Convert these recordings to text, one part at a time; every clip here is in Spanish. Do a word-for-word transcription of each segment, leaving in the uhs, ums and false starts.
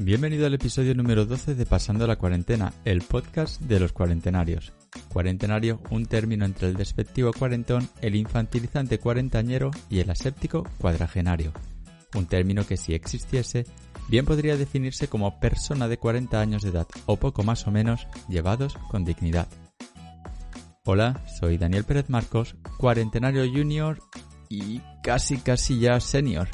Bienvenido al episodio número doce de Pasando la Cuarentena, el podcast de los cuarentenarios. Cuarentenario, un término entre el despectivo cuarentón, el infantilizante cuarentañero y el aséptico cuadragenario. Un término que, si existiese, bien podría definirse como persona de cuarenta años de edad o poco más o menos, llevados con dignidad. Hola, soy Daniel Pérez Marcos, cuarentenario junior y casi casi ya senior.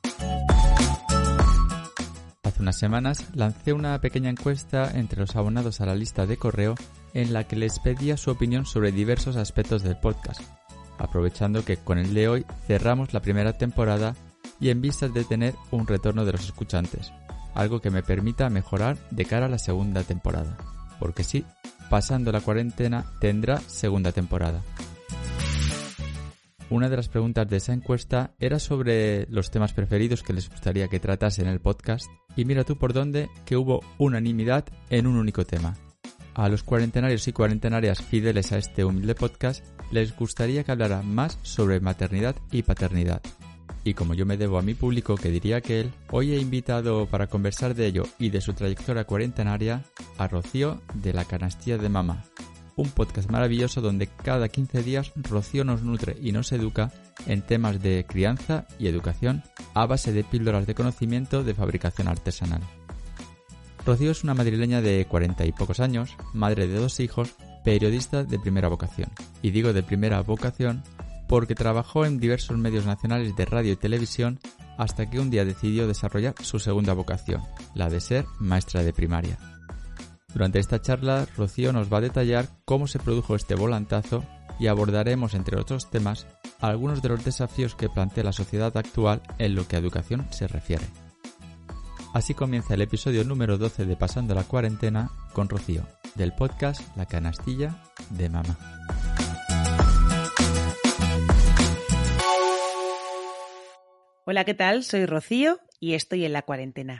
Hace unas semanas lancé una pequeña encuesta entre los abonados a la lista de correo en la que les pedía su opinión sobre diversos aspectos del podcast, aprovechando que con el de hoy cerramos la primera temporada y en vistas de tener un retorno de los escuchantes, algo que me permita mejorar de cara a la segunda temporada, porque sí, Pasando la Cuarentena tendrá segunda temporada. Una de las preguntas de esa encuesta era sobre los temas preferidos que les gustaría que tratase en el podcast, y mira tú por dónde que hubo unanimidad en un único tema. A los cuarentenarios y cuarentenarias fieles a este humilde podcast les gustaría que hablara más sobre maternidad y paternidad. Y como yo me debo a mi público que diría que él, hoy he invitado para conversar de ello y de su trayectoria cuarentenaria a Rocío de la Canastilla de Mamá. Un podcast maravilloso donde cada quince días Rocío nos nutre y nos educa en temas de crianza y educación a base de píldoras de conocimiento de fabricación artesanal. Rocío es una madrileña de cuarenta y pocos años, madre de dos hijos, periodista de primera vocación. Y digo de primera vocación porque trabajó en diversos medios nacionales de radio y televisión hasta que un día decidió desarrollar su segunda vocación, la de ser maestra de primaria. Durante esta charla, Rocío nos va a detallar cómo se produjo este volantazo y abordaremos, entre otros temas, algunos de los desafíos que plantea la sociedad actual en lo que a educación se refiere. Así comienza el episodio número doce de Pasando la Cuarentena con Rocío, del podcast La Canastilla de Mamá. Hola, ¿qué tal? Soy Rocío y estoy en la cuarentena.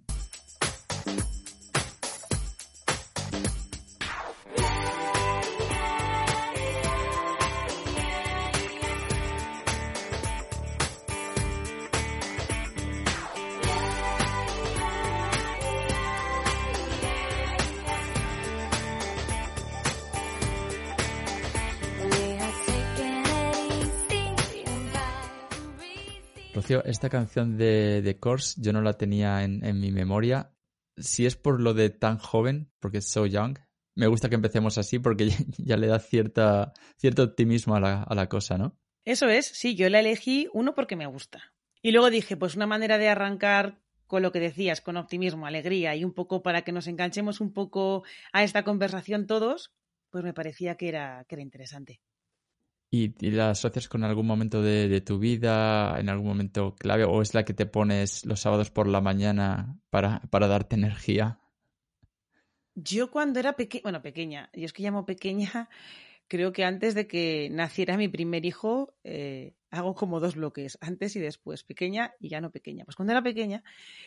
Rocío, esta canción de The Course yo no la tenía en, en mi memoria. Si es por lo de tan joven, porque es so young, me gusta que empecemos así porque ya, ya le da cierta, cierto optimismo a la, a la cosa, ¿no? Eso es, sí, yo la elegí, uno, porque me gusta. Y luego dije, pues una manera de arrancar con lo que decías, con optimismo, alegría y un poco para que nos enganchemos un poco a esta conversación todos, pues me parecía que era, que era interesante. ¿Y, y la asocias con algún momento de, de tu vida, en algún momento clave, o es la que te pones los sábados por la mañana para, para darte energía? Yo cuando era pequeña, bueno, pequeña, yo es que llamo pequeña, creo que antes de que naciera mi primer hijo, eh, hago como dos bloques, antes y después, pequeña y ya no pequeña. Pues cuando era pequeña,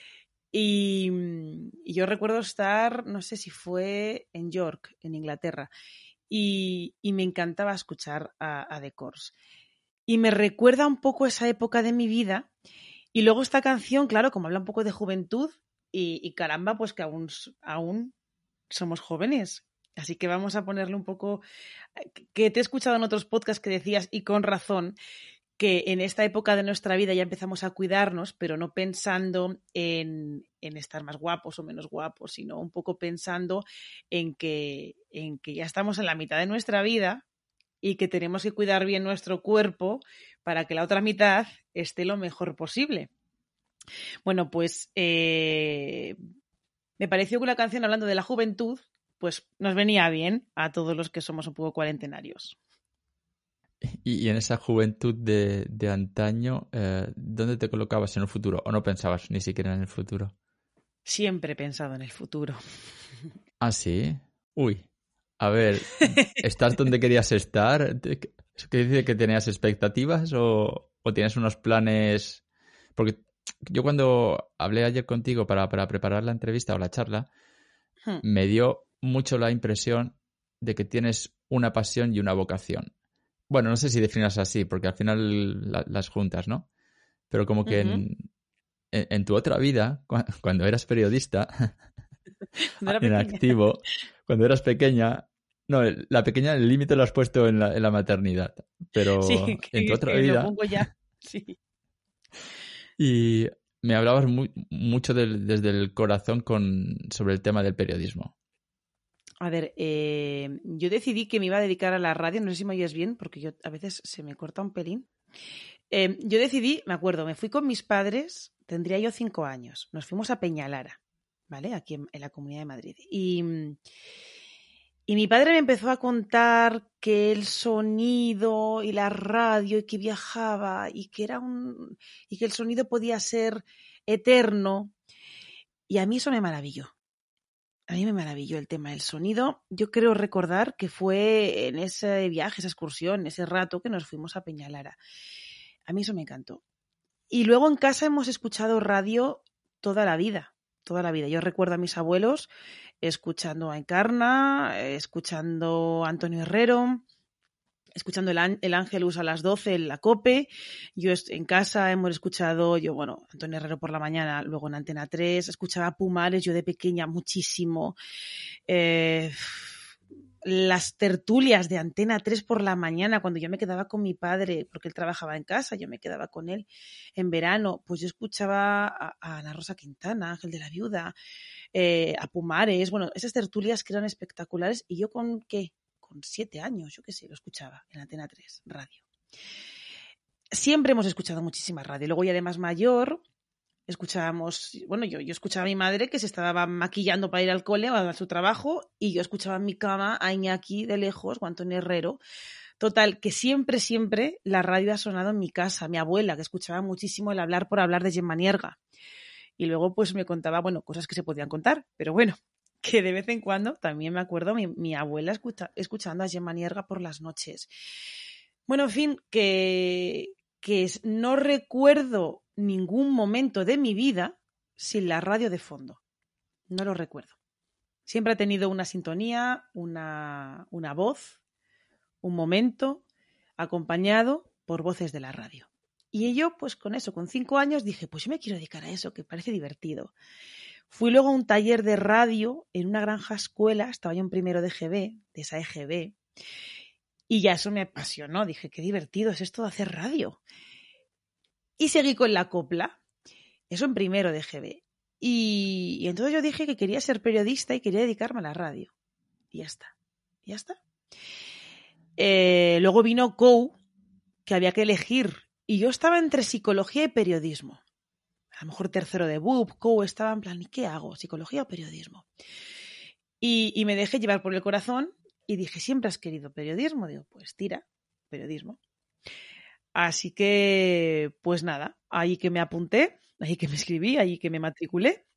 y, y yo recuerdo estar, no sé si fue en York, en Inglaterra, Y, y me encantaba escuchar a, a The Course. Y me recuerda un poco esa época de mi vida. Y luego esta canción, claro, como habla un poco de juventud, y, y caramba, pues que aún, aún somos jóvenes. Así que vamos a ponerle un poco... Que te he escuchado en otros podcasts que decías, y con razón, que en esta época de nuestra vida ya empezamos a cuidarnos, pero no pensando en, en estar más guapos o menos guapos, sino un poco pensando en que, en que ya estamos en la mitad de nuestra vida y que tenemos que cuidar bien nuestro cuerpo para que la otra mitad esté lo mejor posible. Bueno, pues eh, me pareció que una canción hablando de la juventud pues nos venía bien a todos los que somos un poco cuarentenarios. Y, y en esa juventud de, de antaño, eh, ¿dónde te colocabas en el futuro? ¿O no pensabas ni siquiera en el futuro? Siempre he pensado en el futuro. ¿Ah, sí? Uy, a ver, ¿estás donde querías estar? ¿Qué dice que tenías expectativas o, o tienes unos planes? Porque yo cuando hablé ayer contigo para, para preparar la entrevista o la charla, hmm. me dio mucho la impresión de que tienes una pasión y una vocación. Bueno, no sé si definas así, porque al final la, las juntas, ¿no? Pero como que uh-huh. en, en, en tu otra vida, cu- cuando eras periodista, Cuando era en pequeña. activo, cuando eras pequeña, no, el- la pequeña, el límite lo has puesto en la, en la maternidad, Sí, pero en tu que, otra que lo vida, pongo ya. Sí. y me hablabas mu- mucho del- desde el corazón con, sobre el tema del periodismo. A ver, eh, yo decidí que me iba a dedicar a la radio, no sé si me oyes bien, porque yo a veces se me corta un pelín. Eh, yo decidí, me acuerdo, me fui con mis padres, tendría yo cinco años, nos fuimos a Peñalara, ¿vale? Aquí en, en la Comunidad de Madrid. Y, y mi padre me empezó a contar que el sonido y la radio y que viajaba y que era un y que el sonido podía ser eterno. Y a mí eso me maravilló. A mí me maravilló el tema del sonido. Yo creo recordar que fue en ese viaje, esa excursión, ese rato que nos fuimos a Peñalara. A mí eso me encantó. Y luego en casa hemos escuchado radio toda la vida, toda la vida. Yo recuerdo a mis abuelos escuchando a Encarna, escuchando a Antonio Herrero, escuchando el, el Ángelus a las doce en la COPE. Yo en casa hemos escuchado, yo, bueno, Antonio Herrero por la mañana, luego en Antena tres, escuchaba Pumares, yo de pequeña muchísimo. Eh, las tertulias de Antena tres por la mañana, cuando yo me quedaba con mi padre, porque él trabajaba en casa, yo me quedaba con él en verano, pues yo escuchaba a, a Ana Rosa Quintana, Ángel de la Viuda, eh, a Pumares, bueno, esas tertulias que eran espectaculares, y yo con, ¿qué? Con siete años, yo qué sé, lo escuchaba en Antena tres, radio. Siempre hemos escuchado muchísima radio. Luego ya de más mayor, escuchábamos, bueno, yo, yo escuchaba a mi madre que se estaba maquillando para ir al cole o a su trabajo, y yo escuchaba en mi cama a Iñaki de lejos o a Antonio Herrero. Total, que siempre, siempre la radio ha sonado en mi casa. Mi abuela, que escuchaba muchísimo el hablar por hablar de Gemma Nierga. Y luego pues me contaba, bueno, cosas que se podían contar, pero bueno, que de vez en cuando también me acuerdo mi, mi abuela escucha, escuchando a Gemma Nierga por las noches. Bueno, en fin, que, que no recuerdo ningún momento de mi vida sin la radio de fondo. No lo recuerdo. Siempre ha tenido una sintonía, una, una voz, un momento acompañado por voces de la radio. Y yo, pues con eso, con cinco años, dije, pues yo me quiero dedicar a eso, que parece divertido. Fui luego a un taller de radio en una granja escuela, estaba yo en primero de G B, de esa E G B, y ya eso me apasionó. Dije, qué divertido es esto de hacer radio. Y seguí con la copla, eso en primero de G B. Y, y entonces yo dije que quería ser periodista y quería dedicarme a la radio. Y ya está, ya está. Eh, luego vino C O U, que había que elegir, y yo estaba entre psicología y periodismo. A lo mejor tercero de B U P, C O U, estaba en plan, ¿y qué hago? ¿Psicología o periodismo? Y, y me dejé llevar por el corazón y dije, ¿siempre has querido periodismo? Digo, pues tira, periodismo. Así que, pues nada, ahí que me apunté, ahí que me escribí, ahí que me matriculé.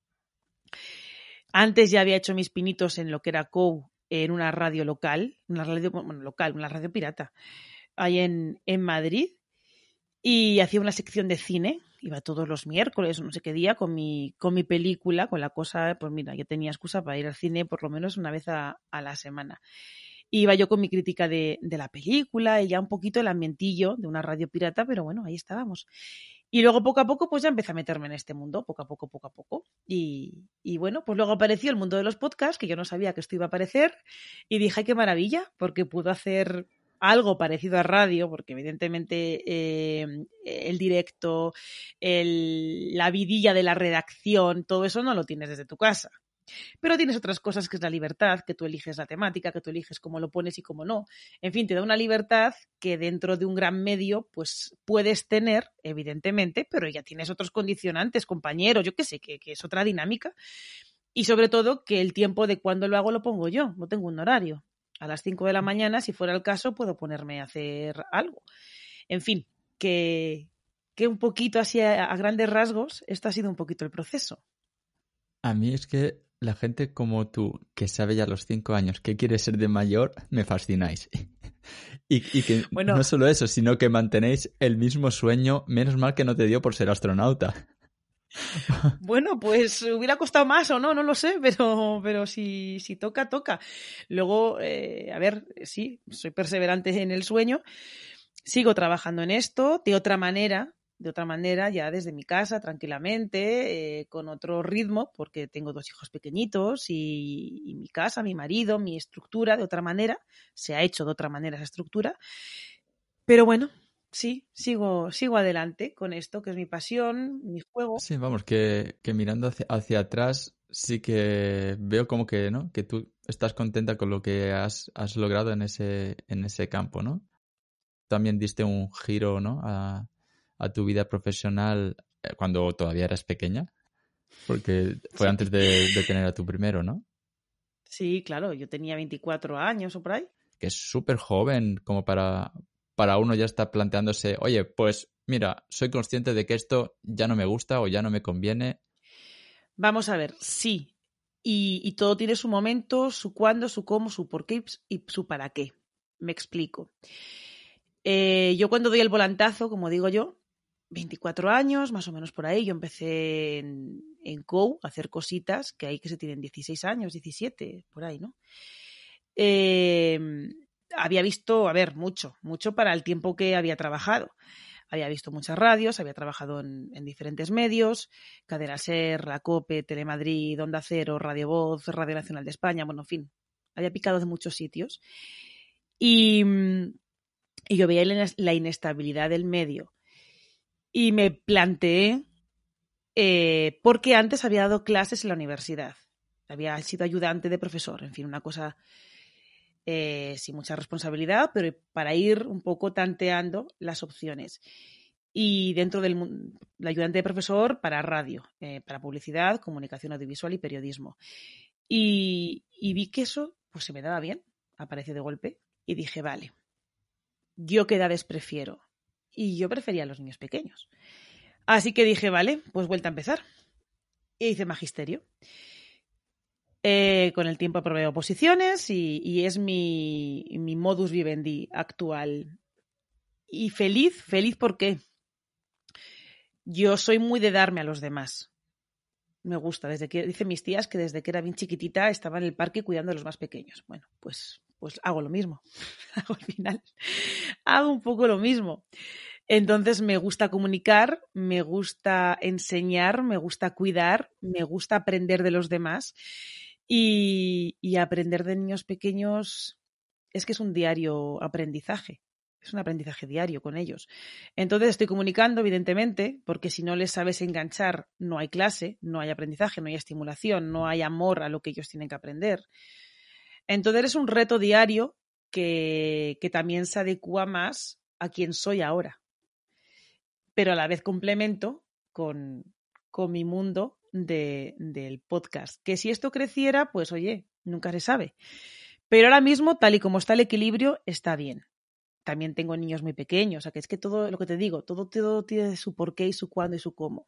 Antes ya había hecho mis pinitos en lo que era C O U, en una radio local, una radio, bueno, local, una radio pirata, ahí en, en Madrid, y hacía una sección de cine, iba todos los miércoles, no sé qué día, con mi, con mi película, con la cosa, pues mira, yo tenía excusa para ir al cine por lo menos una vez a, a la semana. Iba yo con mi crítica de, de la película y ya un poquito el ambientillo de una radio pirata, pero bueno, ahí estábamos. Y luego poco a poco pues ya empecé a meterme en este mundo, poco a poco, poco a poco. Y, y bueno, pues luego apareció el mundo de los podcasts, que yo no sabía que esto iba a aparecer, y dije, ay, qué maravilla, porque puedo hacer algo parecido a radio, porque evidentemente eh, el directo, el, la vidilla de la redacción, todo eso no lo tienes desde tu casa. Pero tienes otras cosas que es la libertad, que tú eliges la temática, que tú eliges cómo lo pones y cómo no. En fin, te da una libertad que dentro de un gran medio pues puedes tener, evidentemente, pero ya tienes otros condicionantes, compañeros, yo qué sé, que, que es otra dinámica. Y sobre todo que el tiempo de cuando lo hago lo pongo yo, no tengo un horario. A las cinco de la mañana, si fuera el caso, puedo ponerme a hacer algo. En fin, que, que un poquito así a, a grandes rasgos, esto ha sido un poquito el proceso. A mí es que la gente como tú, que sabe ya a los cinco años que quiere ser de mayor, me fascináis. y, y que bueno, no solo eso, sino que mantenéis el mismo sueño, menos mal que no te dio por ser astronauta. Bueno, pues hubiera costado más o no, no lo sé, pero, pero si, si toca, toca. Luego, eh, a ver, sí, soy perseverante en el sueño, sigo trabajando en esto de otra manera, de otra manera, ya desde mi casa, tranquilamente, eh, con otro ritmo, porque tengo dos hijos pequeñitos y, y mi casa, mi marido, mi estructura, de otra manera, se ha hecho de otra manera esa estructura. Pero bueno, sí, sigo, sigo adelante con esto, que es mi pasión, mi juego. Sí, vamos, que, que mirando hacia, hacia atrás sí que veo como que, ¿no? Que tú estás contenta con lo que has, has logrado en ese, en ese campo, ¿no? También diste un giro, ¿no? A, a tu vida profesional eh, cuando todavía eras pequeña, porque fue Sí, antes de, de tener a tu primero, ¿no? sí, claro, yo tenía veinticuatro años o por ahí. Que es súper joven como para, para uno ya estar planteándose, oye, pues mira, soy consciente de que esto ya no me gusta o ya no me conviene. Vamos a ver, sí. Y, y todo tiene su momento, su cuándo, su cómo, su por qué y su para qué. Me explico. Eh, yo cuando doy el volantazo, como digo yo, veinticuatro años, más o menos por ahí, yo empecé en, en Go a hacer cositas, que hay que se tienen dieciséis años, diecisiete, por ahí, ¿no? Eh, había visto, a ver, mucho, mucho para el tiempo que había trabajado. Había visto muchas radios, había trabajado en, en diferentes medios, Cadena Ser, La COPE, Telemadrid, Onda Cero, Radio Voz, Radio Nacional de España, bueno, en fin, había picado de muchos sitios. Y, y yo veía la inestabilidad del medio y me planteé, eh, porque antes había dado clases en la universidad, había sido ayudante de profesor, en fin, una cosa eh, sin mucha responsabilidad, pero para ir un poco tanteando las opciones. Y dentro del el ayudante de profesor para radio, eh, para publicidad, comunicación audiovisual y periodismo. Y, y vi que eso pues se me daba bien, apareció de golpe y dije, vale, ¿yo qué edades prefiero? Y yo prefería a los niños pequeños. Así que dije, vale, pues vuelta a empezar. E hice magisterio. Eh, con el tiempo aprobé oposiciones y, y es mi, mi modus vivendi actual. Y feliz, feliz porque yo soy muy de darme a los demás. Me gusta, desde que, dicen mis tías que desde que era bien chiquitita estaba en el parque cuidando a los más pequeños. Bueno, pues, pues hago lo mismo. Hago al final, hago un poco lo mismo. Entonces me gusta comunicar, me gusta enseñar, me gusta cuidar, me gusta aprender de los demás y, y aprender de niños pequeños es que es un diario aprendizaje. Es un aprendizaje diario con ellos. Entonces estoy comunicando, evidentemente, porque si no les sabes enganchar, no hay clase, no hay aprendizaje, no hay estimulación, no hay amor a lo que ellos tienen que aprender. Entonces es un reto diario que, que también se adecua más a quien soy ahora, pero a la vez complemento con, con mi mundo de, del podcast. Que si esto creciera, pues oye, nunca se sabe. Pero ahora mismo, tal y como está el equilibrio, está bien. También tengo niños muy pequeños, o sea que es que todo lo que te digo, todo, todo tiene su porqué y su cuándo y su cómo.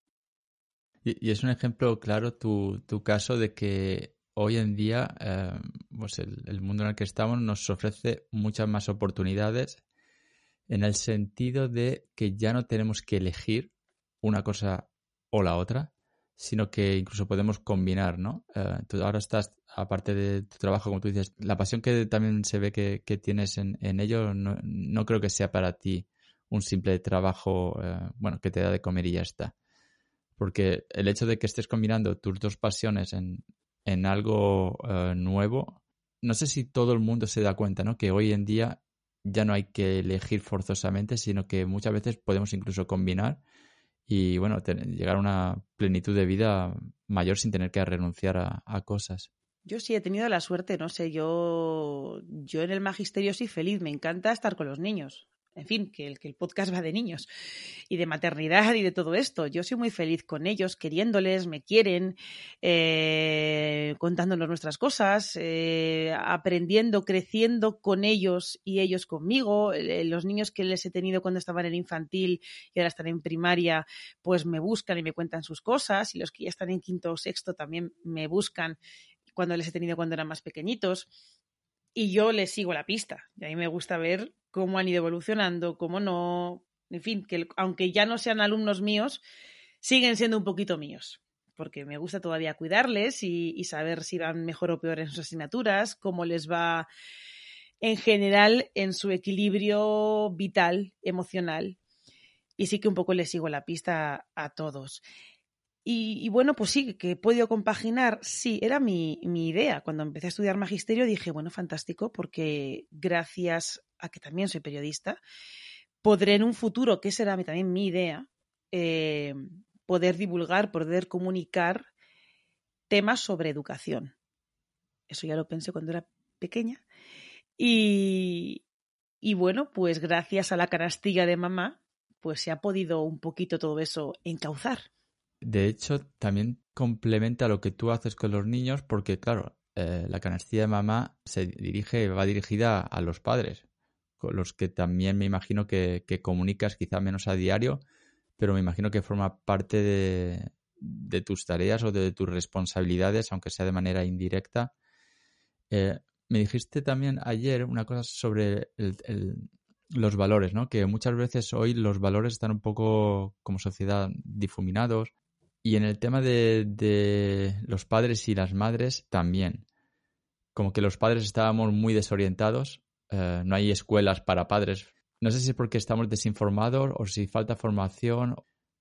Y, y es un ejemplo claro tu, tu caso de que hoy en día eh, pues el, el mundo en el que estamos nos ofrece muchas más oportunidades en el sentido de que ya no tenemos que elegir una cosa o la otra, sino que incluso podemos combinar, ¿no? Eh, tú ahora estás, aparte de tu trabajo, como tú dices, la pasión que también se ve que, que tienes en, en ello, no, no creo que sea para ti un simple trabajo, eh, bueno, que te da de comer y ya está. Porque el hecho de que estés combinando tus dos pasiones en, en algo eh, nuevo, no sé si todo el mundo se da cuenta, ¿no? Que hoy en día ya no hay que elegir forzosamente, sino que muchas veces podemos incluso combinar y, bueno, tener, llegar a una plenitud de vida mayor sin tener que renunciar a, a cosas. Yo sí he tenido la suerte, no sé, yo, yo en el magisterio soy feliz, me encanta estar con los niños. En fin, que el, que el podcast va de niños y de maternidad y de todo esto. Yo soy muy feliz con ellos, queriéndoles, me quieren, eh, contándonos nuestras cosas, eh, aprendiendo, creciendo con ellos y ellos conmigo. Eh, los niños que les he tenido cuando estaban en infantil y ahora están en primaria, pues me buscan y me cuentan sus cosas. Y los que ya están en quinto o sexto también me buscan cuando les he tenido cuando eran más pequeñitos. Y yo les sigo la pista. Y a mí me gusta ver cómo han ido evolucionando, cómo no. En fin, que aunque ya no sean alumnos míos, siguen siendo un poquito míos. Porque me gusta todavía cuidarles y, y saber si van mejor o peor en sus asignaturas, cómo les va en general en su equilibrio vital, emocional. y sí que un poco le sigo la pista a, a todos. Y, y bueno, pues sí, que he podido compaginar, sí, era mi, mi idea. Cuando empecé a estudiar magisterio dije, bueno, fantástico, porque gracias a que también soy periodista, podré en un futuro, que esa era también mi idea, eh, poder divulgar, poder comunicar temas sobre educación. Eso ya lo pensé cuando era pequeña. Y, y bueno, pues gracias a la canastilla de mamá, pues se ha podido un poquito todo eso encauzar. De hecho, también complementa lo que tú haces con los niños porque, claro, eh, la canastilla de mamá se dirige, va dirigida a los padres, con los que también me imagino que, que comunicas quizá menos a diario, pero me imagino que forma parte de, de tus tareas o de tus responsabilidades, aunque sea de manera indirecta. Eh, me dijiste también ayer una cosa sobre el, el, los valores, ¿no? Que muchas veces hoy los valores están un poco como sociedad difuminados. Y en el tema de, de los padres y las madres también. Como que los padres estábamos muy desorientados. Eh, no hay escuelas para padres. No sé si es porque estamos desinformados o si falta formación.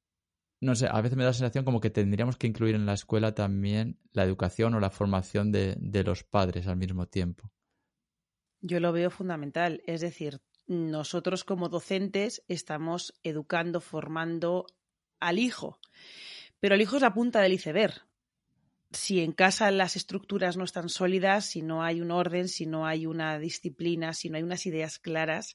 No sé, a veces me da la sensación como que tendríamos que incluir en la escuela también la educación o la formación de, de los padres al mismo tiempo. Yo lo veo fundamental. Es decir, nosotros como docentes estamos educando, formando al hijo. Pero el hijo es la punta del iceberg. Si en casa las estructuras no están sólidas, si no hay un orden, si no hay una disciplina, si no hay unas ideas claras,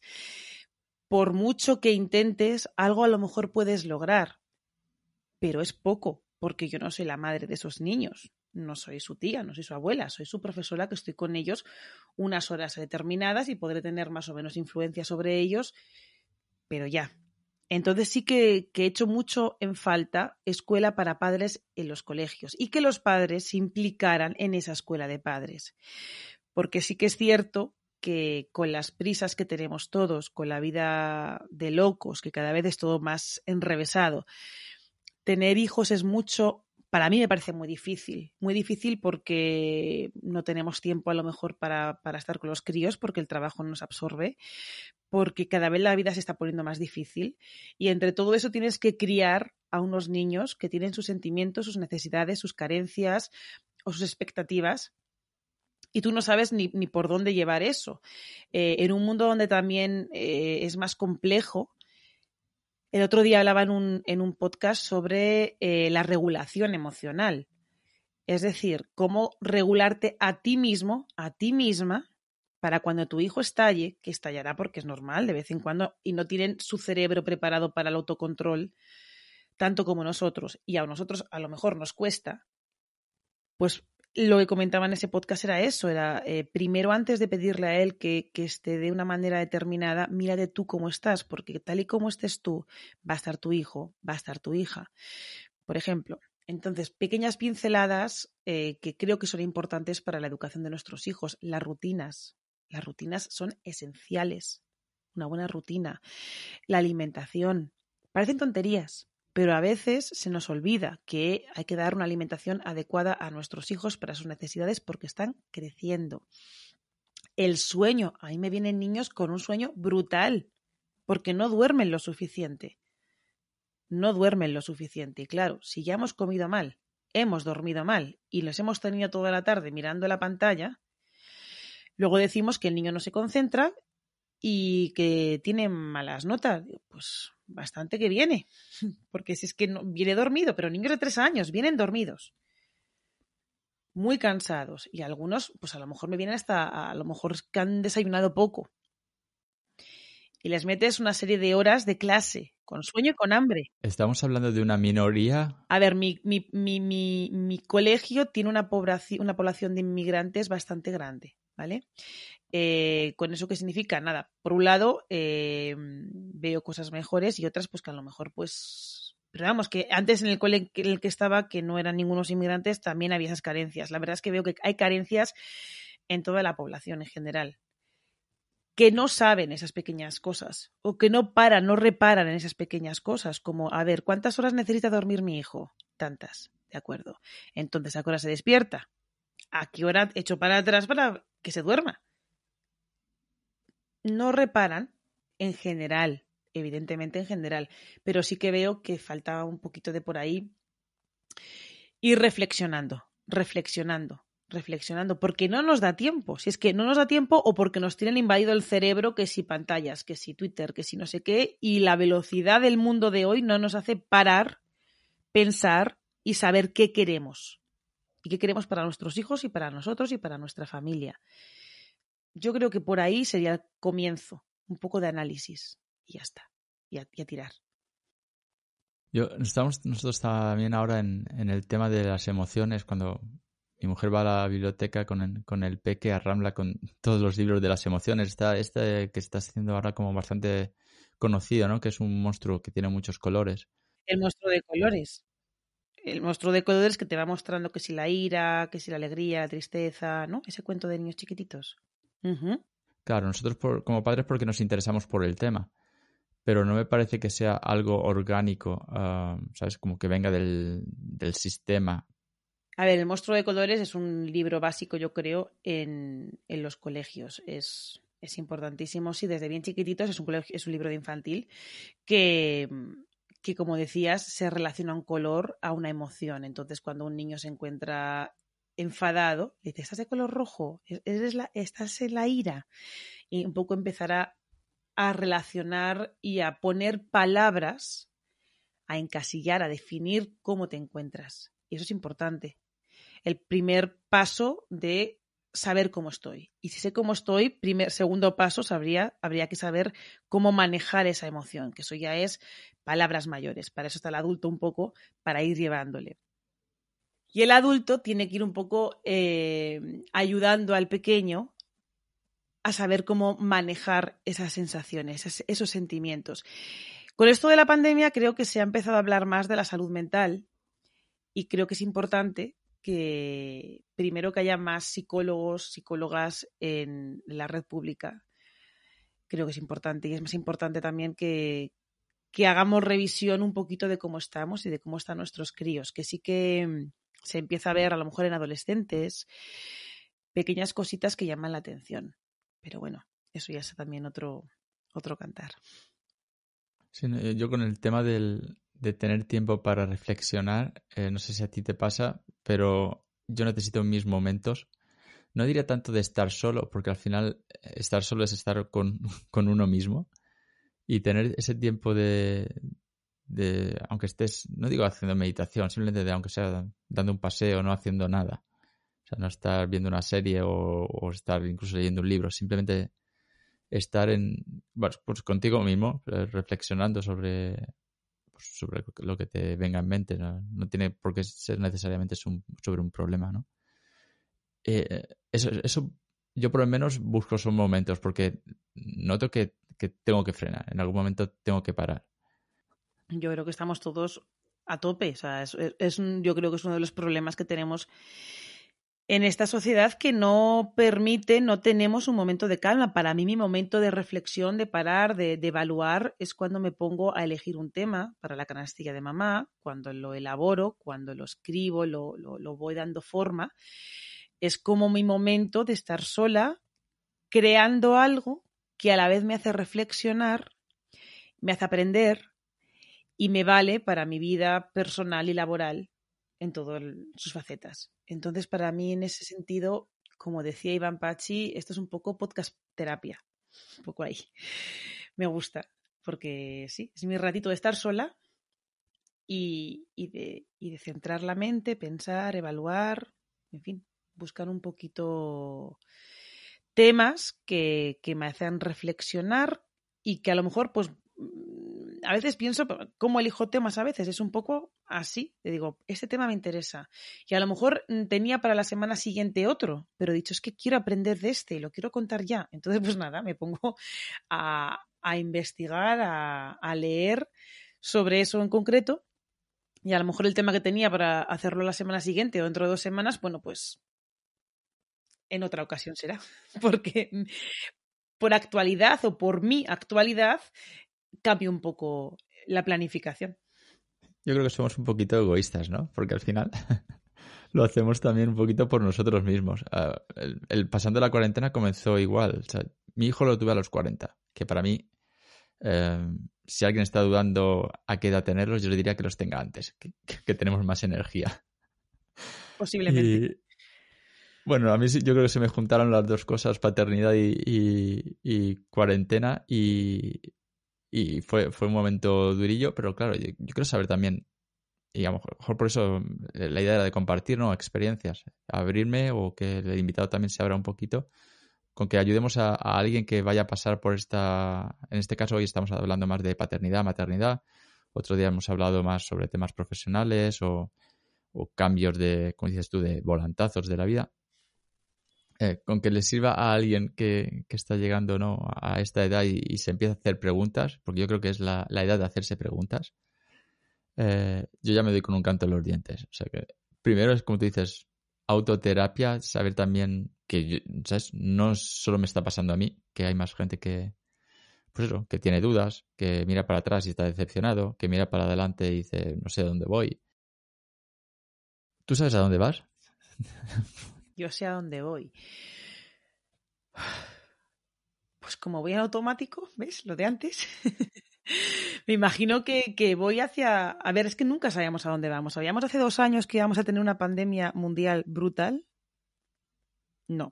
por mucho que intentes, algo a lo mejor puedes lograr, pero es poco, porque yo no soy la madre de esos niños, no soy su tía, no soy su abuela, soy su profesora que estoy con ellos unas horas determinadas y podré tener más o menos influencia sobre ellos, pero ya. Entonces sí que, que he hecho mucho en falta escuela para padres en los colegios y que los padres se implicaran en esa escuela de padres. Porque sí que es cierto que con las prisas que tenemos todos, con la vida de locos, que cada vez es todo más enrevesado, tener hijos es mucho, para mí me parece muy difícil, muy difícil porque no tenemos tiempo a lo mejor para, para estar con los críos, porque el trabajo nos absorbe, porque cada vez la vida se está poniendo más difícil y entre todo eso tienes que criar a unos niños que tienen sus sentimientos, sus necesidades, sus carencias o sus expectativas y tú no sabes ni, ni por dónde llevar eso. Eh, en un mundo donde también eh, es más complejo. El otro día hablaba en un, en un podcast sobre eh, la regulación emocional. Es decir, cómo regularte a ti mismo, a ti misma, para cuando tu hijo estalle, que estallará porque es normal de vez en cuando, y no tienen su cerebro preparado para el autocontrol, tanto como nosotros, y a nosotros a lo mejor nos cuesta, pues lo que comentaba en ese podcast era eso, era eh, primero antes de pedirle a él que, que esté de una manera determinada, mírate tú cómo estás, porque tal y como estés tú, va a estar tu hijo, va a estar tu hija. Por ejemplo, entonces, pequeñas pinceladas eh, que creo que son importantes para la educación de nuestros hijos, las rutinas. Las rutinas son esenciales, una buena rutina. La alimentación, parecen tonterías, pero a veces se nos olvida que hay que dar una alimentación adecuada a nuestros hijos para sus necesidades porque están creciendo. El sueño, a mí me vienen niños con un sueño brutal porque no duermen lo suficiente. No duermen lo suficiente. Y claro, si ya hemos comido mal, hemos dormido mal y los hemos tenido toda la tarde mirando la pantalla, luego decimos que el niño no se concentra y que tiene malas notas. Pues bastante que viene, porque si es que no, viene dormido, pero niños de tres años vienen dormidos, muy cansados y algunos, pues a lo mejor me vienen hasta, a lo mejor que han desayunado poco. Y les metes una serie de horas de clase, con sueño y con hambre. ¿Estamos hablando de una minoría? A ver, mi, mi, mi, mi, mi colegio tiene una población, una población de inmigrantes bastante grande, ¿vale? Eh, ¿Con eso qué significa? Nada. Por un lado, eh, veo cosas mejores y otras, pues que a lo mejor, pues... Pero vamos, que antes en el cole en el que estaba, que no eran ningunos inmigrantes, también había esas carencias. La verdad es que veo que hay carencias en toda la población en general, que no saben esas pequeñas cosas o que no paran, no reparan en esas pequeñas cosas, como, a ver, ¿cuántas horas necesita dormir mi hijo? Tantas, de acuerdo. Entonces, ¿a qué hora se despierta? ¿A qué hora echo para atrás para que se duerma? No reparan, en general, evidentemente en general, pero sí que veo que falta un poquito de por ahí ir reflexionando, reflexionando, reflexionando, porque no nos da tiempo. Si es que no nos da tiempo o porque nos tienen invadido el cerebro, que si pantallas, que si Twitter, que si no sé qué, y la velocidad del mundo de hoy no nos hace parar, pensar y saber qué queremos. Y qué queremos para nuestros hijos y para nosotros y para nuestra familia. Yo creo que por ahí sería el comienzo, un poco de análisis y ya está, y a, y a tirar. Yo, estamos nosotros también ahora en, en el tema de las emociones, cuando mi mujer va a la biblioteca con el, con el peque a Rambla con todos los libros de las emociones. Está este que está siendo ahora como bastante conocido, ¿no? Que es un monstruo que tiene muchos colores. El monstruo de colores. El monstruo de colores que te va mostrando que si la ira, que si la alegría, la tristeza, ¿no? Ese cuento de niños chiquititos. Uh-huh. Claro, nosotros por, como padres porque nos interesamos por el tema, pero no me parece que sea algo orgánico, uh, ¿sabes? Como que venga del, del sistema. A ver, El monstruo de colores es un libro básico, yo creo, en, en los colegios. Es, es importantísimo. Sí, desde bien chiquititos es un, colegio, es un libro de infantil que, que, como decías, se relaciona un color a una emoción. Entonces, cuando un niño se encuentra enfadado, le dice, ¿estás de color rojo? ¿Eres la, ¿Estás en la ira? Y un poco empezar a, a relacionar y a poner palabras, a encasillar, a definir cómo te encuentras. Y eso es importante. El primer paso de saber cómo estoy. Y si sé cómo estoy, primer, segundo paso, sabría, habría que saber cómo manejar esa emoción, que eso ya es palabras mayores. Para eso está el adulto un poco, para ir llevándole. Y el adulto tiene que ir un poco eh, ayudando al pequeño a saber cómo manejar esas sensaciones, esos, esos sentimientos. Con esto de la pandemia creo que se ha empezado a hablar más de la salud mental y creo que es importante que primero que haya más psicólogos, psicólogas en la red pública. Creo que es importante y es más importante también que, que hagamos revisión un poquito de cómo estamos y de cómo están nuestros críos, que sí que se empieza a ver a lo mejor en adolescentes pequeñas cositas que llaman la atención. Pero bueno, eso ya es también otro, otro cantar. Sí, yo con el tema del, de tener tiempo para reflexionar, eh, no sé si a ti te pasa, pero yo necesito mis momentos. No diría tanto de estar solo, porque al final estar solo es estar con, con uno mismo y tener ese tiempo de, de, aunque estés, no digo haciendo meditación, simplemente de aunque sea dando un paseo, no haciendo nada. O sea, no estar viendo una serie o, o estar incluso leyendo un libro, simplemente estar en, bueno, pues contigo mismo, reflexionando sobre, pues sobre lo que te venga en mente. No, no tiene por qué ser necesariamente sobre un problema, ¿no? Eh, eso, eso yo por lo menos busco esos momentos porque noto que, que tengo que frenar. En algún momento tengo que parar. Yo creo que estamos todos a tope. O sea, es, es, yo creo que es uno de los problemas que tenemos en esta sociedad que no permite, no tenemos un momento de calma. Para mí mi momento de reflexión, de parar, de, de evaluar, es cuando me pongo a elegir un tema para la canastilla de mamá, cuando lo elaboro, cuando lo escribo, lo, lo, lo voy dando forma. Es como mi momento de estar sola, creando algo que a la vez me hace reflexionar, me hace aprender y me vale para mi vida personal y laboral en todas sus facetas. Entonces, para mí, en ese sentido, como decía Iván Pachi, esto es un poco podcast terapia, un poco ahí. Me gusta, porque sí, es mi ratito de estar sola y, y, de, y de centrar la mente, pensar, evaluar, en fin, buscar un poquito temas que, que me hacen reflexionar y que a lo mejor, pues, a veces pienso cómo elijo temas a veces, es un poco así, te digo, este tema me interesa y a lo mejor tenía para la semana siguiente otro, pero he dicho, es que quiero aprender de este y lo quiero contar ya, entonces pues nada, me pongo a, a investigar, a, a leer sobre eso en concreto y a lo mejor el tema que tenía para hacerlo la semana siguiente o dentro de dos semanas, bueno, pues en otra ocasión será, porque por actualidad o por mi actualidad cambio un poco la planificación. Yo creo que somos un poquito egoístas, ¿no? Porque al final lo hacemos también un poquito por nosotros mismos. Uh, el, el pasando la cuarentena comenzó igual. O sea, mi hijo lo tuve a los cuarenta, que para mí Eh, si alguien está dudando a qué edad tenerlos, yo le diría que los tenga antes, que, que tenemos más energía. Posiblemente. Y bueno, a mí sí, yo creo que se me juntaron las dos cosas, paternidad y, y, y cuarentena, y, y fue, fue un momento durillo, pero claro, yo, yo quiero saber también, y a lo mejor por eso la idea era de compartir, ¿no? Experiencias, abrirme o que el invitado también se abra un poquito, con que ayudemos a, a alguien que vaya a pasar por esta, en este caso hoy estamos hablando más de paternidad, maternidad, otro día hemos hablado más sobre temas profesionales o, o cambios de, como dices tú, de volantazos de la vida. Eh, con que le sirva a alguien que, que está llegando, ¿no?, a esta edad y, y se empieza a hacer preguntas, porque yo creo que es la, la edad de hacerse preguntas, eh, yo ya me doy con un canto en los dientes. O sea que primero es, como tú dices, autoterapia, saber también que yo, ¿sabes? No solo me está pasando a mí, que hay más gente que, pues eso, que tiene dudas, que mira para atrás y está decepcionado, que mira para adelante y dice, no sé a dónde voy. ¿Tú sabes a dónde vas? Yo sé a dónde voy. Pues como voy en automático, ¿ves? Lo de antes. Me imagino que, que voy hacia... A ver, es que nunca sabíamos a dónde vamos. ¿Sabíamos hace dos años que íbamos a tener una pandemia mundial brutal? No.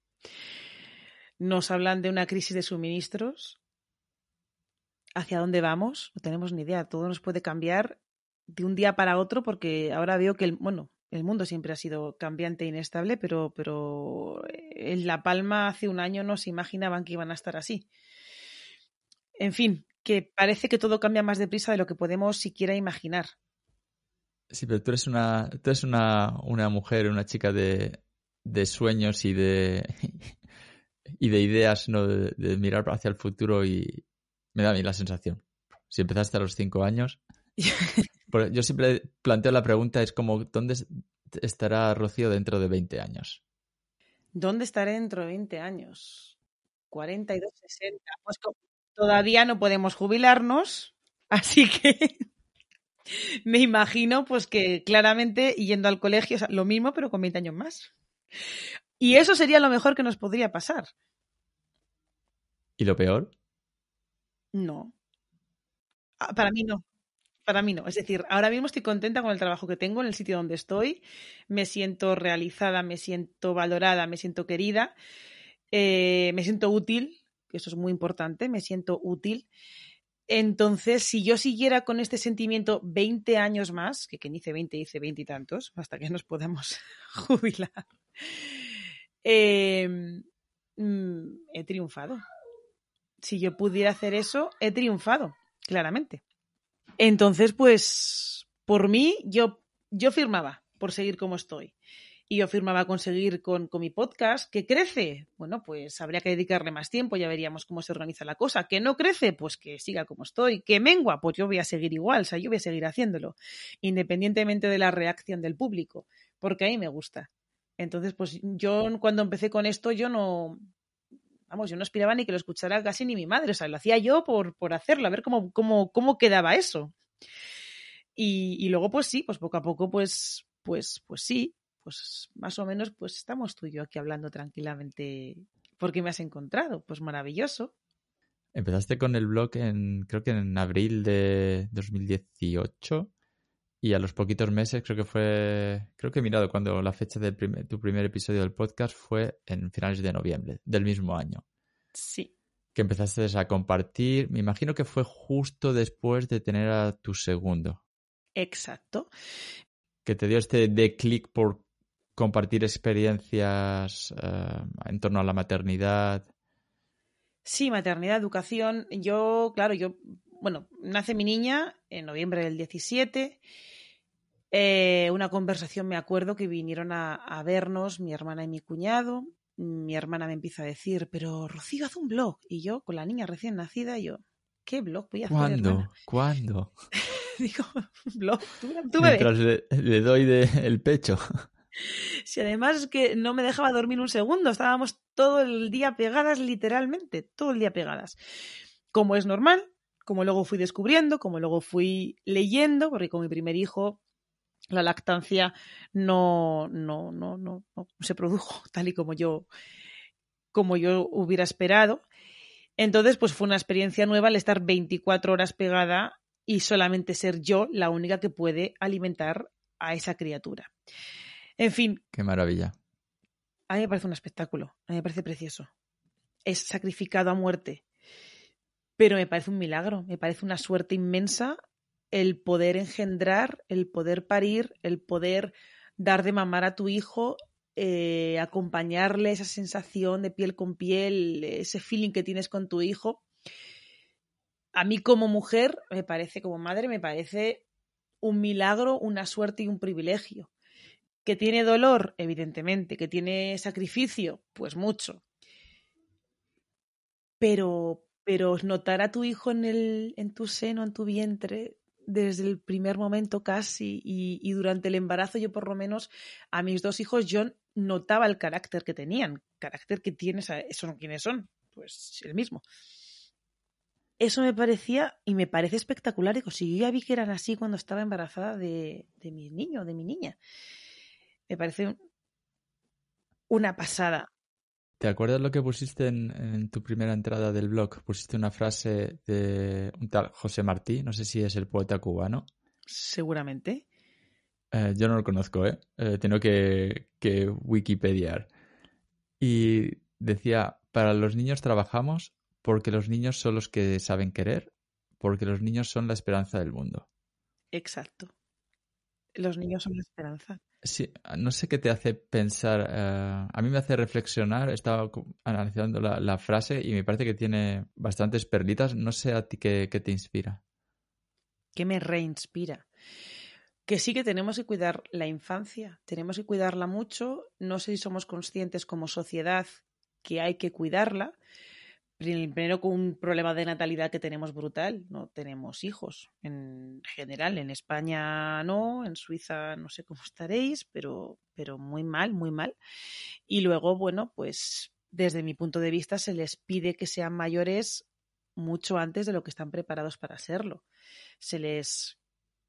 Nos hablan de una crisis de suministros. ¿Hacia dónde vamos? No tenemos ni idea. Todo nos puede cambiar de un día para otro porque ahora veo que el... Bueno, el mundo siempre ha sido cambiante e inestable, pero, pero en La Palma hace un año no se imaginaban que iban a estar así. En fin, que parece que todo cambia más deprisa de lo que podemos siquiera imaginar. Sí, pero tú eres una, tú eres una, una mujer, una chica de, de sueños y de, y de ideas, ¿no? De, de mirar hacia el futuro y me da a mí la sensación. Si empezaste a los cinco años... Yo siempre planteo la pregunta, es como, ¿dónde estará Rocío dentro de veinte años? ¿Dónde estaré dentro de veinte años? cuarenta y dos, sesenta. Pues todavía no podemos jubilarnos, así que me imagino pues que claramente yendo al colegio, o sea, lo mismo pero con veinte años más. Y eso sería lo mejor que nos podría pasar. ¿Y lo peor? No. Para mí no. Para mí no. Es decir, ahora mismo estoy contenta con el trabajo que tengo en el sitio donde estoy. Me siento realizada, me siento valorada, me siento querida, eh, me siento útil, que eso es muy importante, me siento útil. Entonces, si yo siguiera con este sentimiento veinte años más, que quien dice veinte dice veinte y tantos, hasta que nos podamos jubilar, eh, mm, he triunfado. Si yo pudiera hacer eso, he triunfado, claramente. Entonces, pues, por mí, yo, yo firmaba por seguir como estoy. Y yo firmaba con seguir con, con mi podcast. ¿Que crece? Bueno, pues habría que dedicarle más tiempo, ya veríamos cómo se organiza la cosa. ¿Que no crece? Pues que siga como estoy. ¿Que mengua? Pues yo voy a seguir igual, o sea, yo voy a seguir haciéndolo, independientemente de la reacción del público, porque a mí me gusta. Entonces, pues yo cuando empecé con esto, yo no... Vamos, yo no aspiraba ni que lo escuchara casi ni mi madre, o sea, lo hacía yo por, por hacerlo, a ver cómo, cómo, cómo quedaba eso. Y, y luego, pues sí, pues poco a poco, pues, pues, pues sí, pues más o menos, pues estamos tú y yo aquí hablando tranquilamente. ¿Por qué me has encontrado? Pues maravilloso. Empezaste con el blog en, creo que en abril de dos mil dieciocho y a los poquitos meses, creo que fue, creo que he mirado cuando la fecha de primer, tu primer episodio del podcast fue en finales de noviembre del mismo año. Sí. Que empezaste a compartir, me imagino que fue justo después de tener a tu segundo. Exacto. Que te dio este de clic por compartir experiencias uh, en torno a la maternidad. Sí, maternidad, educación. Yo, claro, yo, bueno, nace mi niña en noviembre del diecisiete. Eh, una conversación, me acuerdo, que vinieron a, a vernos mi hermana y mi cuñado. Mi hermana me empieza a decir, pero Rocío, haz un blog. Y yo, con la niña recién nacida, yo, ¿qué blog voy a hacer, hermana? ¿Cuándo? ¿Cuándo? Digo, blog, tú, tú Mientras le, le doy de el pecho. Si además es que no me dejaba dormir un segundo, estábamos todo el día pegadas, literalmente, todo el día pegadas. Como es normal, como luego fui descubriendo, como luego fui leyendo, porque con mi primer hijo la lactancia no, no, no, no, no se produjo tal y como yo, como yo hubiera esperado. Entonces, pues fue una experiencia nueva el estar veinticuatro horas pegada y solamente ser yo la única que puede alimentar a esa criatura. En fin. Qué maravilla. A mí me parece un espectáculo, a mí me parece precioso. Es sacrificado a muerte, pero me parece un milagro, me parece una suerte inmensa el poder engendrar, el poder parir, el poder dar de mamar a tu hijo, eh, acompañarle esa sensación de piel con piel, ese feeling que tienes con tu hijo. A mí como mujer, me parece, como madre, me parece un milagro, una suerte y un privilegio. ¿Que tiene dolor? Evidentemente. ¿Que tiene sacrificio? Pues mucho. Pero, pero notar a tu hijo en, el, en tu seno, en tu vientre, desde el primer momento casi, y, y durante el embarazo, yo por lo menos a mis dos hijos yo notaba el carácter que tenían, carácter que tienes, ¿son quiénes son? Pues el mismo. Eso me parecía y me parece espectacular. Digo, si yo ya vi que eran así cuando estaba embarazada de, de mi niño, de mi niña. Me parece una pasada. ¿Te acuerdas lo que pusiste en, en tu primera entrada del blog? Pusiste una frase de un tal José Martí, no sé si es el poeta cubano. Seguramente. Eh, yo no lo conozco, ¿eh? eh tengo que, que Wikipediar. Y decía, para los niños trabajamos porque los niños son los que saben querer, porque los niños son la esperanza del mundo. Exacto. Los niños son la esperanza. Sí, no sé qué te hace pensar, uh, a mí me hace reflexionar, estaba analizando la, la frase y me parece que tiene bastantes perlitas, no sé a ti qué, qué te inspira. ¿Qué me reinspira? Que sí que tenemos que cuidar la infancia, tenemos que cuidarla mucho, no sé si somos conscientes como sociedad que hay que cuidarla. Primero con un problema de natalidad que tenemos brutal, no tenemos hijos en general, en España no, en Suiza no sé cómo estaréis, pero, pero muy mal, muy mal. Y luego, bueno, pues desde mi punto de vista se les pide que sean mayores mucho antes de lo que están preparados para serlo. Se les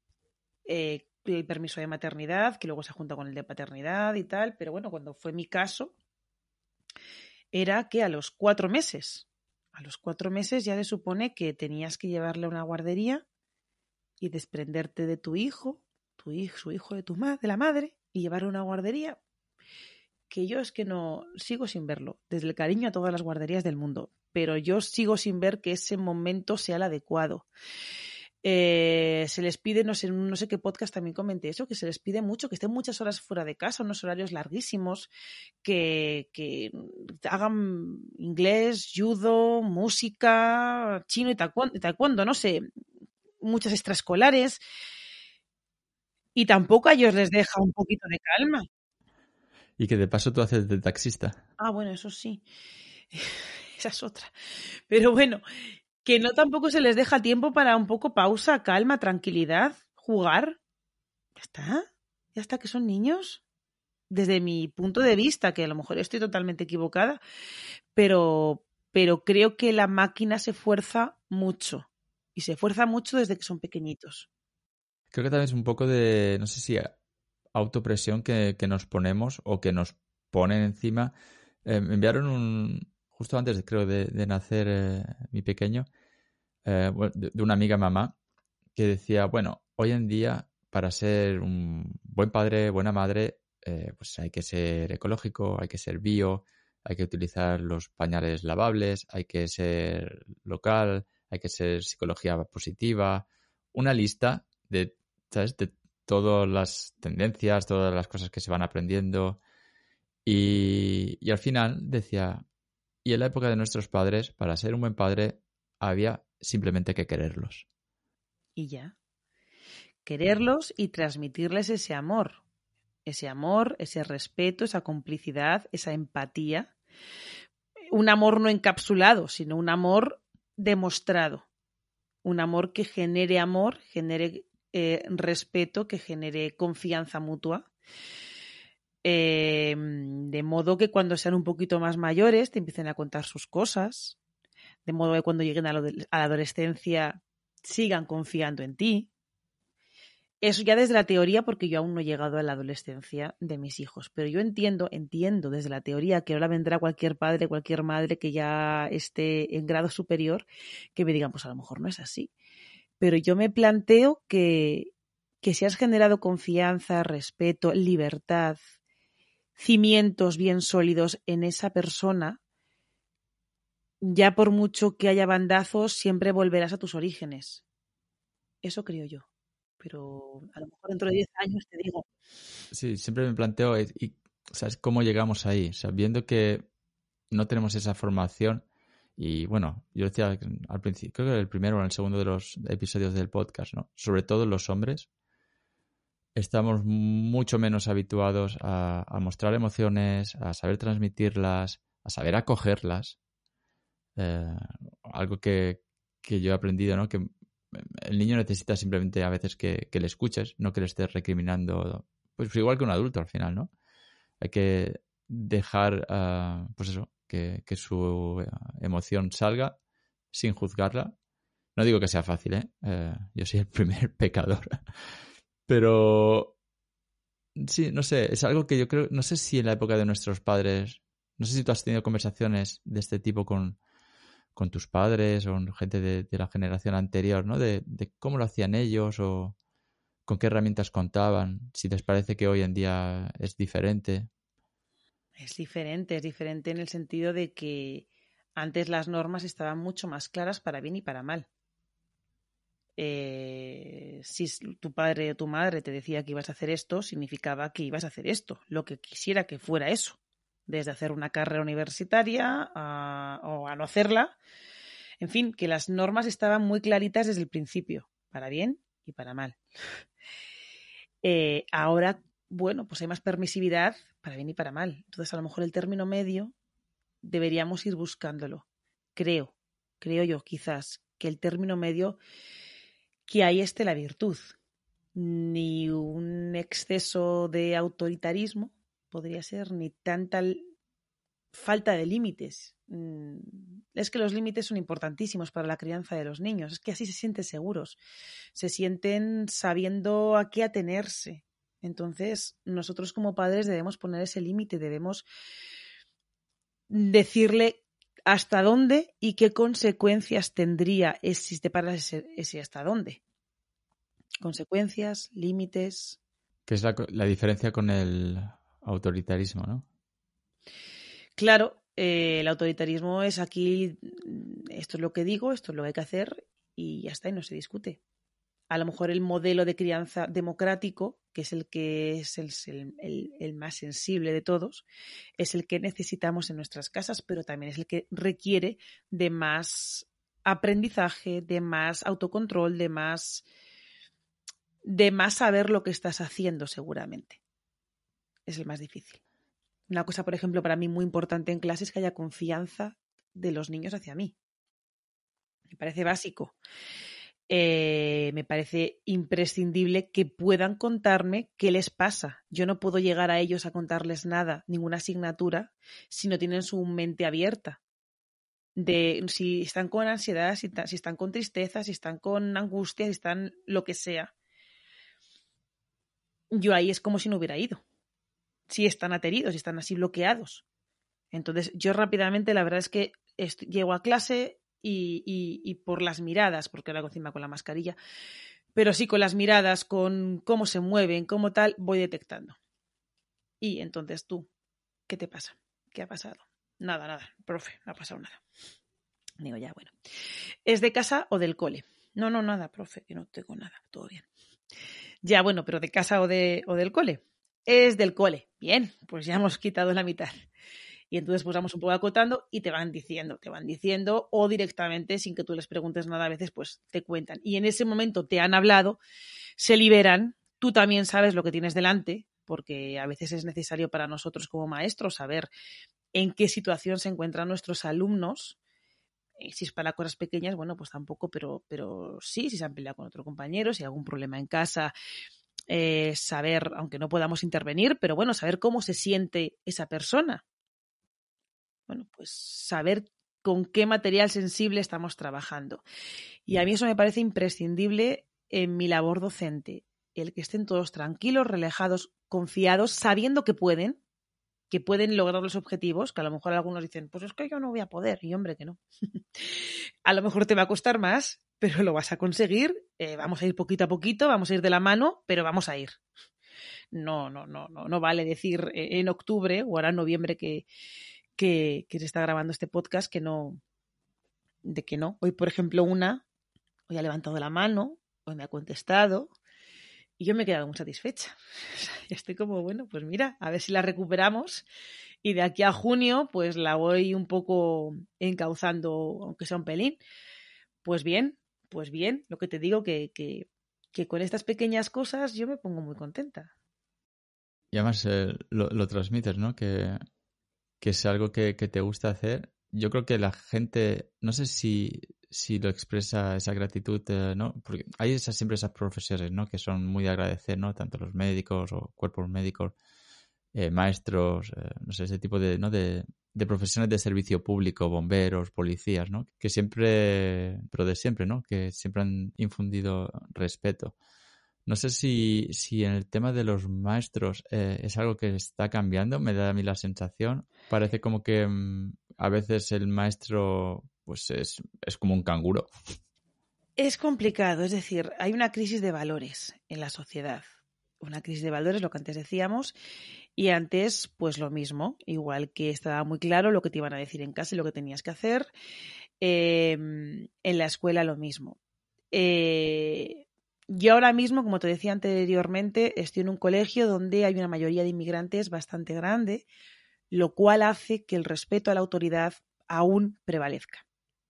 eh, el permiso de maternidad, que luego se junta con el de paternidad y tal, pero bueno, cuando fue mi caso, era que a los cuatro meses A los cuatro meses ya se supone que tenías que llevarle a una guardería y desprenderte de tu hijo, tu hijo, su hijo de tu madre, de la madre, y llevarlo a una guardería. Que yo es que no sigo sin verlo, desde el cariño a todas las guarderías del mundo, pero yo sigo sin ver que ese momento sea el adecuado. Eh, se les pide, no sé, no sé qué podcast también comenté eso, que se les pide mucho, que estén muchas horas fuera de casa, unos horarios larguísimos, que, que hagan inglés, judo, música, chino y taekwondo, taekwondo, no sé, muchas extraescolares, y tampoco a ellos les deja un poquito de calma. Y que de paso tú haces de taxista. Ah, bueno, eso sí, esa es otra. Pero bueno, que no tampoco se les deja tiempo para un poco pausa, calma, tranquilidad, jugar. Ya está, ya está, que son niños. Desde mi punto de vista, que a lo mejor estoy totalmente equivocada, pero, pero creo que la máquina se fuerza mucho. Y se fuerza mucho desde que son pequeñitos. Creo que también es un poco de, no sé si autopresión que, que nos ponemos o que nos ponen encima. Eh, me enviaron un, justo antes, creo, de, de nacer eh, mi pequeño, eh, de, de una amiga mamá, que decía, bueno, hoy en día, para ser un buen padre, buena madre, eh, pues hay que ser ecológico, hay que ser bio, hay que utilizar los pañales lavables, hay que ser local, hay que ser psicología positiva, una lista de, ¿sabes?, de todas las tendencias, todas las cosas que se van aprendiendo. Y, y al final decía, y en la época de nuestros padres, para ser un buen padre, había simplemente que quererlos. Y ya. Quererlos y transmitirles ese amor. Ese amor, ese respeto, esa complicidad, esa empatía. Un amor no encapsulado, sino un amor demostrado. Un amor que genere amor, genere eh, respeto, que genere confianza mutua. Eh, de modo que cuando sean un poquito más mayores te empiecen a contar sus cosas. De modo que cuando lleguen a, lo de, a la adolescencia sigan confiando en ti. Eso ya desde la teoría, porque yo aún no he llegado a la adolescencia de mis hijos. Pero yo entiendo, entiendo desde la teoría que ahora vendrá cualquier padre, cualquier madre que ya esté en grado superior, que me digan, pues a lo mejor no es así. Pero yo me planteo que, que si has generado confianza, respeto, libertad, cimientos bien sólidos en esa persona, ya por mucho que haya bandazos, siempre volverás a tus orígenes. Eso creo yo. Pero a lo mejor dentro de diez años te digo. Sí, siempre me planteo y, y, ¿sabes cómo llegamos ahí? O sea, viendo que no tenemos esa formación y bueno, yo decía al principio, creo que el primero o el segundo de los episodios del podcast, ¿no? Sobre todo los hombres, estamos mucho menos habituados a, a mostrar emociones, a saber transmitirlas, a saber acogerlas. Eh, algo que, que yo he aprendido, ¿no? Que el niño necesita simplemente a veces que, que le escuches, no que le estés recriminando. Pues igual que un adulto al final, ¿no? Hay que dejar, uh, pues eso, que, que su emoción salga sin juzgarla. No digo que sea fácil, ¿eh? eh yo soy el primer pecador. Pero sí, no sé, es algo que yo creo, no sé si en la época de nuestros padres, no sé si tú has tenido conversaciones de este tipo con, con tus padres o gente de, de la generación anterior, ¿no? De, de cómo lo hacían ellos o con qué herramientas contaban, si les parece que hoy en día es diferente. Es diferente, es diferente en el sentido de que antes las normas estaban mucho más claras para bien y para mal. Eh, si tu padre o tu madre te decía que ibas a hacer esto, significaba que ibas a hacer esto, lo que quisiera que fuera eso, desde hacer una carrera universitaria a, o a no hacerla. En fin, que las normas estaban muy claritas desde el principio, para bien y para mal. Eh, ahora, bueno, pues hay más permisividad para bien y para mal. Entonces, a lo mejor el término medio deberíamos ir buscándolo. Creo, creo yo quizás que el término medio, que ahí esté la virtud. Ni un exceso de autoritarismo podría ser, ni tanta falta de límites. Es que los límites son importantísimos para la crianza de los niños. Es que así se sienten seguros, se sienten sabiendo a qué atenerse. Entonces, nosotros como padres debemos poner ese límite, debemos decirle hasta dónde y qué consecuencias tendría si te paras ese, ese hasta dónde. Consecuencias, límites. Que es la, la diferencia con el autoritarismo, ¿no? Claro, eh, el autoritarismo es aquí, esto es lo que digo, esto es lo que hay que hacer y ya está, y no se discute. A lo mejor el modelo de crianza democrático, que es el que es el, el, el más sensible de todos, es el que necesitamos en nuestras casas, pero también es el que requiere de más aprendizaje, de más autocontrol, de más, de más saber lo que estás haciendo seguramente. Es el más difícil. Una cosa, por ejemplo, para mí muy importante en clase es que haya confianza de los niños hacia mí. Me parece básico. Eh, me parece imprescindible que puedan contarme qué les pasa. Yo no puedo llegar a ellos a contarles nada, ninguna asignatura, si no tienen su mente abierta. De si están con ansiedad, si, si están con tristeza, si están con angustia, si están lo que sea. Yo ahí es como si no hubiera ido. Si están ateridos, si están así bloqueados. Entonces, yo rápidamente, la verdad es que llego a clase y, y, y por las miradas, porque ahora encima con la mascarilla, pero sí con las miradas, con cómo se mueven, cómo tal, voy detectando. Y entonces tú, ¿qué te pasa? ¿Qué ha pasado? Nada, nada, profe, no ha pasado nada. Digo, ya, bueno. ¿Es de casa o del cole? No, no, nada, profe, que no tengo nada, todo bien. Ya, bueno, pero ¿de casa o, de, o del cole? Es del cole. Bien, pues ya hemos quitado la mitad. Y entonces pues vamos un poco acotando y te van diciendo, te van diciendo o directamente sin que tú les preguntes nada a veces pues te cuentan. Y en ese momento te han hablado, se liberan, tú también sabes lo que tienes delante, porque a veces es necesario para nosotros como maestros saber en qué situación se encuentran nuestros alumnos. Y si es para cosas pequeñas, bueno, pues tampoco, pero, pero sí, si se han peleado con otro compañero, si hay algún problema en casa, eh, saber, aunque no podamos intervenir, pero bueno, saber cómo se siente esa persona. Bueno, pues saber con qué material sensible estamos trabajando. Y a mí eso me parece imprescindible en mi labor docente. el que estén todos tranquilos, relajados, confiados, sabiendo que pueden, que pueden lograr los objetivos, que a lo mejor algunos dicen, pues es que yo no voy a poder, y hombre, que no. A lo mejor te va a costar más, pero lo vas a conseguir, eh, vamos a ir poquito a poquito, vamos a ir de la mano, pero vamos a ir. No, no, no, no, no vale decir en octubre o ahora en noviembre que, que, que se está grabando este podcast que no, de que no. Hoy, por ejemplo, una, hoy ha levantado la mano, hoy me ha contestado, y yo me he quedado muy satisfecha. Estoy como, bueno, pues mira, a ver si la recuperamos y de aquí a junio pues la voy un poco encauzando, aunque sea un pelín. Pues bien, pues bien, lo que te digo que, que, que con estas pequeñas cosas yo me pongo muy contenta. Y además eh, lo, lo transmites, ¿no? Que, que es algo que, que te gusta hacer. Yo creo que la gente, no sé si, si lo expresa esa gratitud, eh, ¿no? Porque hay esas, siempre esas profesiones, ¿no? Que son muy de agradecer, ¿no? Tanto los médicos o cuerpos médicos, eh, maestros, eh, no sé, ese tipo de, ¿no? De, de profesiones de servicio público, bomberos, policías, ¿no? Que siempre, pero de siempre, ¿no? Que siempre han infundido respeto. No sé si, si en el tema de los maestros eh, es algo que está cambiando, me da a mí la sensación. Parece como que mmm, a veces el maestro pues es, es como un canguro. Es complicado, es decir, hay una crisis de valores en la sociedad. Una crisis de valores, lo que antes decíamos, y antes pues lo mismo, igual que estaba muy claro lo que te iban a decir en casa y lo que tenías que hacer, eh, en la escuela lo mismo. Eh, yo ahora mismo, como te decía anteriormente, estoy en un colegio donde hay una mayoría de inmigrantes bastante grande, lo cual hace que el respeto a la autoridad aún prevalezca.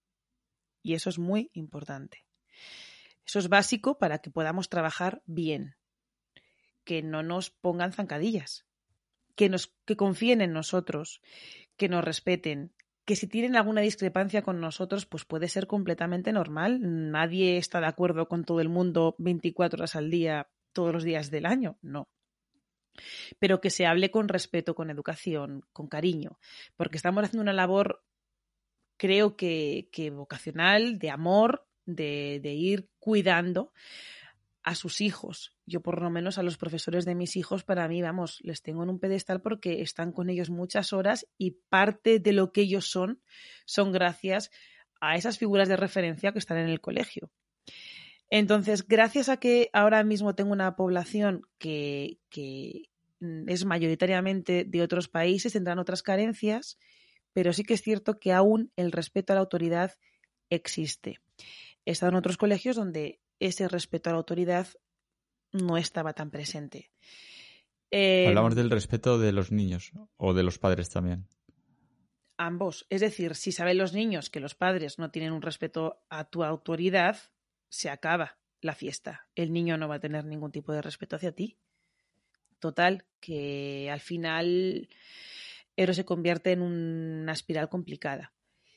Y eso es muy importante. Eso es básico para que podamos trabajar bien, que no nos pongan zancadillas, que, nos, que confíen en nosotros, que nos respeten, que si tienen alguna discrepancia con nosotros, pues puede ser completamente normal. Nadie está de acuerdo con todo el mundo veinticuatro horas al día, todos los días del año, no. Pero que se hable con respeto, con educación, con cariño, porque estamos haciendo una labor, creo que, que vocacional, de amor, de, de ir cuidando a sus hijos. Yo por lo menos a los profesores de mis hijos, para mí, vamos, les tengo en un pedestal porque están con ellos muchas horas y parte de lo que ellos son, son gracias a esas figuras de referencia que están en el colegio. Entonces, gracias a que ahora mismo tengo una población que, que es mayoritariamente de otros países, tendrán otras carencias, pero sí que es cierto que aún el respeto a la autoridad existe. He estado en otros colegios donde ese respeto a la autoridad no estaba tan presente. Eh, Hablamos del respeto de los niños o de los padres también. Ambos. Es decir, si saben los niños que los padres no tienen un respeto a tu autoridad, se acaba la fiesta. El niño no va a tener ningún tipo de respeto hacia ti. Total, que al final eso se convierte en una espiral complicada.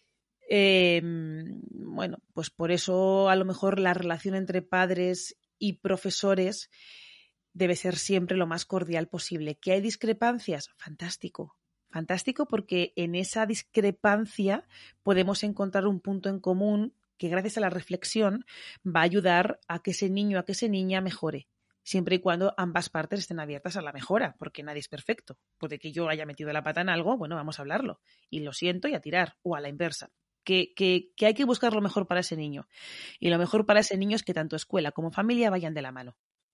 Eh, bueno, pues por eso a lo mejor la relación entre padres y profesores debe ser siempre lo más cordial posible. ¿Que hay discrepancias? Fantástico. Fantástico porque en esa discrepancia podemos encontrar un punto en común que gracias a la reflexión va a ayudar a que ese niño, a que esa niña mejore. Siempre y cuando ambas partes estén abiertas a la mejora, porque nadie es perfecto. Puede que yo haya metido la pata en algo, bueno, vamos a hablarlo. Y lo siento y a tirar, o a la inversa. Que, que, que hay que buscar lo mejor para ese niño. Y lo mejor para ese niño es que tanto escuela como familia vayan de la mano.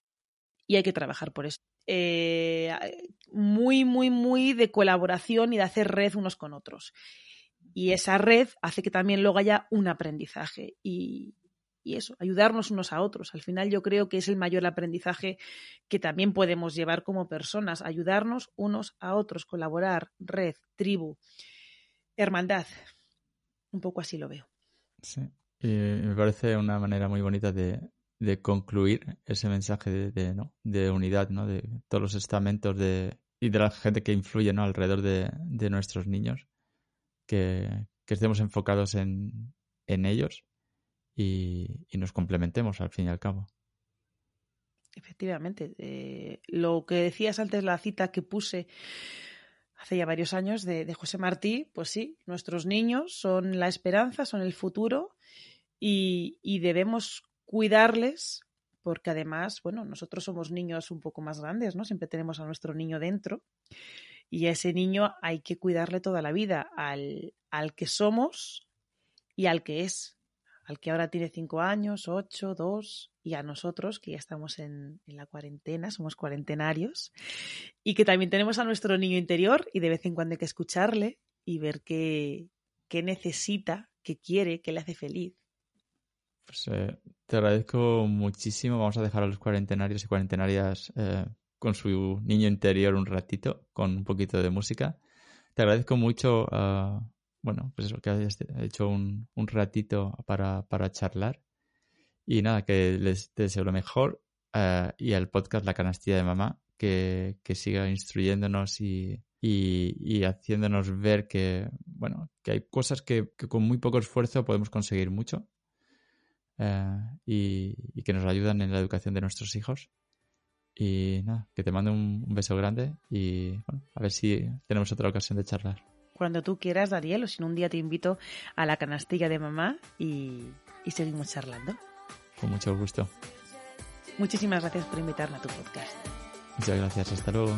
Y hay que trabajar por eso. Eh, muy, muy, muy de colaboración y de hacer red unos con otros. Y esa red hace que también luego haya un aprendizaje. Y, y eso, ayudarnos unos a otros. Al final yo creo que es el mayor aprendizaje que también podemos llevar como personas. Ayudarnos unos a otros, colaborar, red, tribu, hermandad. Un poco así lo veo. Sí, y me parece una manera muy bonita de, de concluir ese mensaje de, de, ¿no? de unidad, ¿no? De todos los estamentos de, y de la gente que influye, ¿no? alrededor de, de nuestros niños, que, que estemos enfocados en, en ellos y, y nos complementemos al fin y al cabo. Efectivamente. Eh, lo que decías antes, la cita que puse hace ya varios años de, de José Martí, pues sí, nuestros niños son la esperanza, son el futuro y, y debemos cuidarles porque además, bueno, nosotros somos niños un poco más grandes, ¿no? Siempre tenemos a nuestro niño dentro y a ese niño hay que cuidarle toda la vida, al, al que somos y al que es, al que ahora tiene cinco años, ocho, dos, y a nosotros que ya estamos en, en la cuarentena, somos cuarentenarios, y que también tenemos a nuestro niño interior y de vez en cuando hay que escucharle y ver qué, qué necesita, qué quiere, qué le hace feliz. Pues eh, te agradezco muchísimo. Vamos a dejar a los cuarentenarios y cuarentenarias eh, con su niño interior un ratito, con un poquito de música. Te agradezco mucho, uh, bueno, pues eso, que hayas hecho un, un ratito para, para charlar. Y nada, que les deseo lo mejor uh, y al podcast La Canastilla de Mamá, que, que siga instruyéndonos y, y, y haciéndonos ver que, bueno, que hay cosas que, que con muy poco esfuerzo podemos conseguir mucho. Uh, y, y que nos ayudan en la educación de nuestros hijos. Y nada, que te mando un, un beso grande y bueno, a ver si tenemos otra ocasión de charlar. Cuando tú quieras, Daniel, o si no un día te invito a la canastilla de mamá y, y seguimos charlando. Con mucho gusto. Muchísimas gracias por invitarme a tu podcast. Muchas gracias, hasta luego.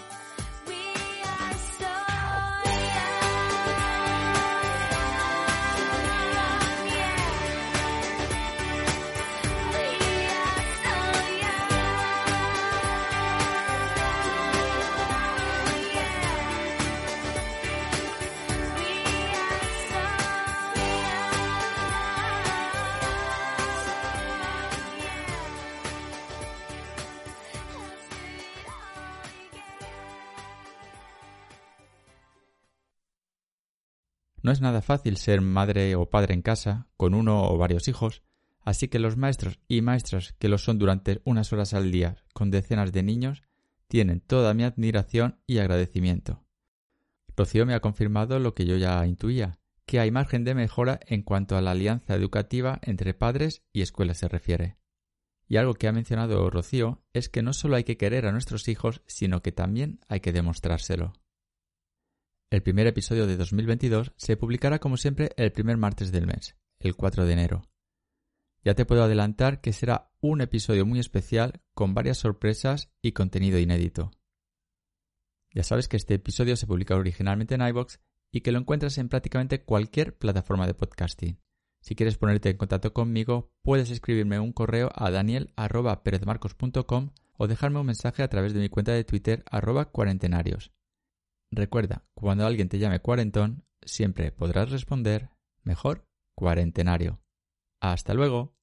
No es nada fácil ser madre o padre en casa, con uno o varios hijos, así que los maestros y maestras que lo son durante unas horas al día con decenas de niños tienen toda mi admiración y agradecimiento. Rocío me ha confirmado lo que yo ya intuía, que hay margen de mejora en cuanto a la alianza educativa entre padres y escuelas se refiere. Y algo que ha mencionado Rocío es que no solo hay que querer a nuestros hijos, sino que también hay que demostrárselo. El primer episodio de dos mil veintidós se publicará como siempre el primer martes del mes, el cuatro de enero. Ya te puedo adelantar que será un episodio muy especial con varias sorpresas y contenido inédito. Ya sabes que este episodio se publica originalmente en iVoox y que lo encuentras en prácticamente cualquier plataforma de podcasting. Si quieres ponerte en contacto conmigo, puedes escribirme un correo a daniel arroba perezmarcos punto com o dejarme un mensaje a través de mi cuenta de Twitter arroba cuarentenarios. Recuerda, cuando alguien te llame cuarentón, siempre podrás responder mejor cuarentenario. ¡Hasta luego!